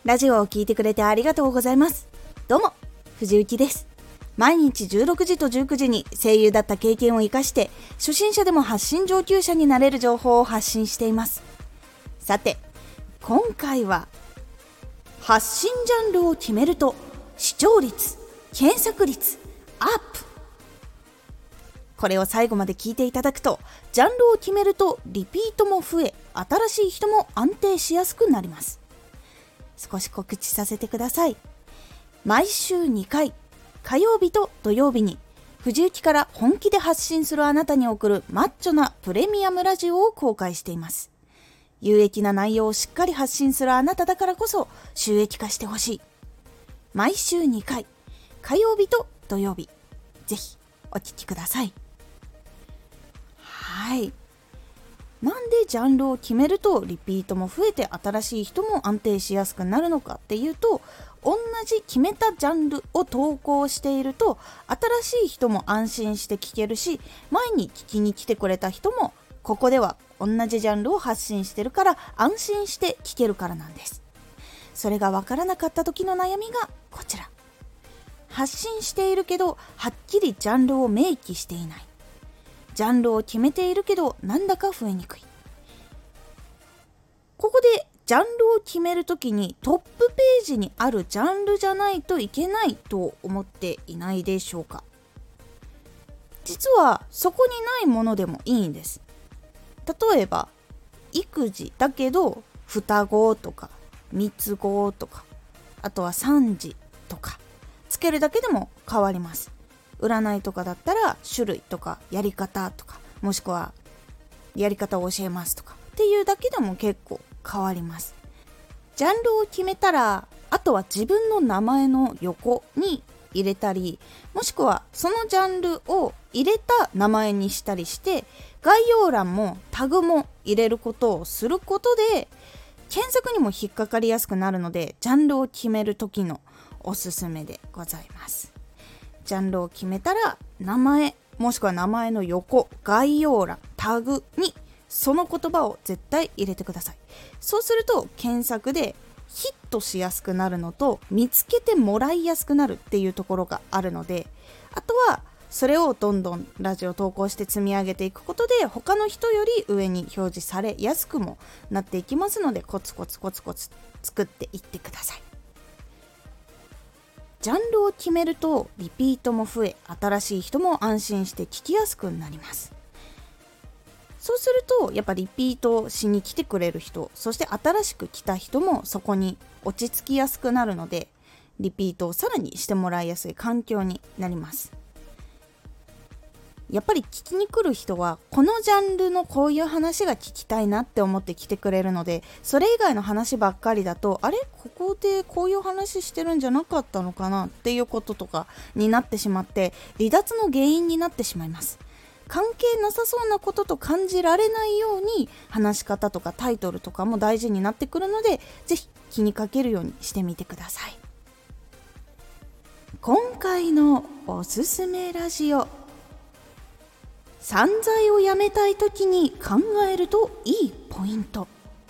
ラジオを聞いてくれてありがとうございます。どうも、藤幸です。毎日16時と19時に声優だった経験を生かして初心者でも発信上級者になれる情報を発信しています。さて、今回は発信ジャンルを決めると視聴率、検索率アップ。これを最後まで聞いていただくと、ジャンルを決めるとリピートも増え、新しい人も安定しやすくなります。少し告知させてください。毎週2回、火曜日と土曜日に藤幸から本気で発信するあなたに送るマッチョなプレミアムラジオを公開しています。有益な内容をしっかり発信するあなただからこそ収益化してほしい。毎週2回、火曜日と土曜日、ぜひお聞きください。はい。なんでジャンルを決めるとリピートも増えて新しい人も安定しやすくなるのかっていうと、同じ決めたジャンルを投稿していると新しい人も安心して聞けるし、前に聞きに来てくれた人もここでは同じジャンルを発信してるから安心して聞けるからなんです。それが分からなかった時の悩みがこちら。発信しているけどはっきりジャンルを明記していない。ジャンルを決めているけどなんだか増えにくい。ここでジャンルを決めるときにトップページにあるジャンルじゃないといけないと思っていないでしょうか。実はそこにないものでもいいんです。例えば育児だけど双子とか三つ子とか、あとは3児とかつけるだけでも変わります。占いとかだったら種類とかやり方とか、もしくはやり方を教えますとかっていうだけでも結構変わります。ジャンルを決めたら、あとは自分の名前の横に入れたり、もしくはそのジャンルを入れた名前にしたりして、概要欄もタグも入れることをすることで検索にも引っかかりやすくなるので、ジャンルを決める時のおすすめでございます。ジャンルを決めたら、名前もしくは名前の横、概要欄、タグにその言葉を絶対入れてください。そうすると検索でヒットしやすくなるのと、見つけてもらいやすくなるっていうところがあるので、あとはそれをどんどんラジオ投稿して積み上げていくことで、他の人より上に表示されやすくもなっていきますので、コツコツコツコツ作っていってください。ジャンルを決めるとリピートも増え、新しい人も安心して聞きやすくなります。そうするとやっぱリピートしに来てくれる人、そして新しく来た人もそこに落ち着きやすくなるので、リピートをさらにしてもらいやすい環境になります。やっぱり聞きに来る人はこのジャンルのこういう話が聞きたいなって思って来てくれるので、それ以外の話ばっかりだと、あれここでこういう話してるんじゃなかったのかなっていうこととかになってしまって、離脱の原因になってしまいます。関係なさそうなことと感じられないように話し方とかタイトルとかも大事になってくるので、ぜひ気にかけるようにしてみてください。今回のおすすめラジオ、散財をやめたいときに考えるといいポイント。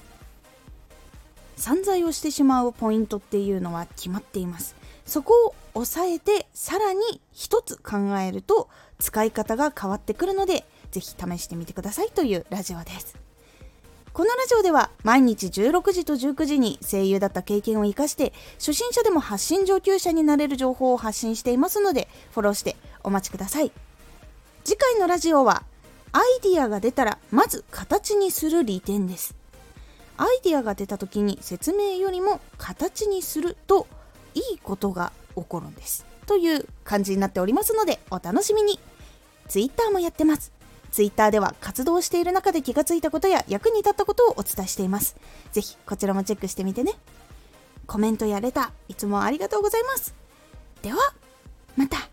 散財をしてしまうポイントっていうのは決まっています。そこを抑えてさらに一つ考えると使い方が変わってくるので、ぜひ試してみてくださいというラジオです。このラジオでは毎日16時と19時に声優だった経験を生かして初心者でも発信上級者になれる情報を発信していますので、フォローしてお待ちください。次回のラジオはアイディアが出たらまず形にする利点です。アイディアが出た時に説明よりも形にするといいことが起こるんですという感じになっておりますので、お楽しみに。ツイッターもやってます。ツイッターでは活動している中で気がついたことや役に立ったことをお伝えしています。ぜひこちらもチェックしてみてね。コメントやレターいつもありがとうございます。ではまた。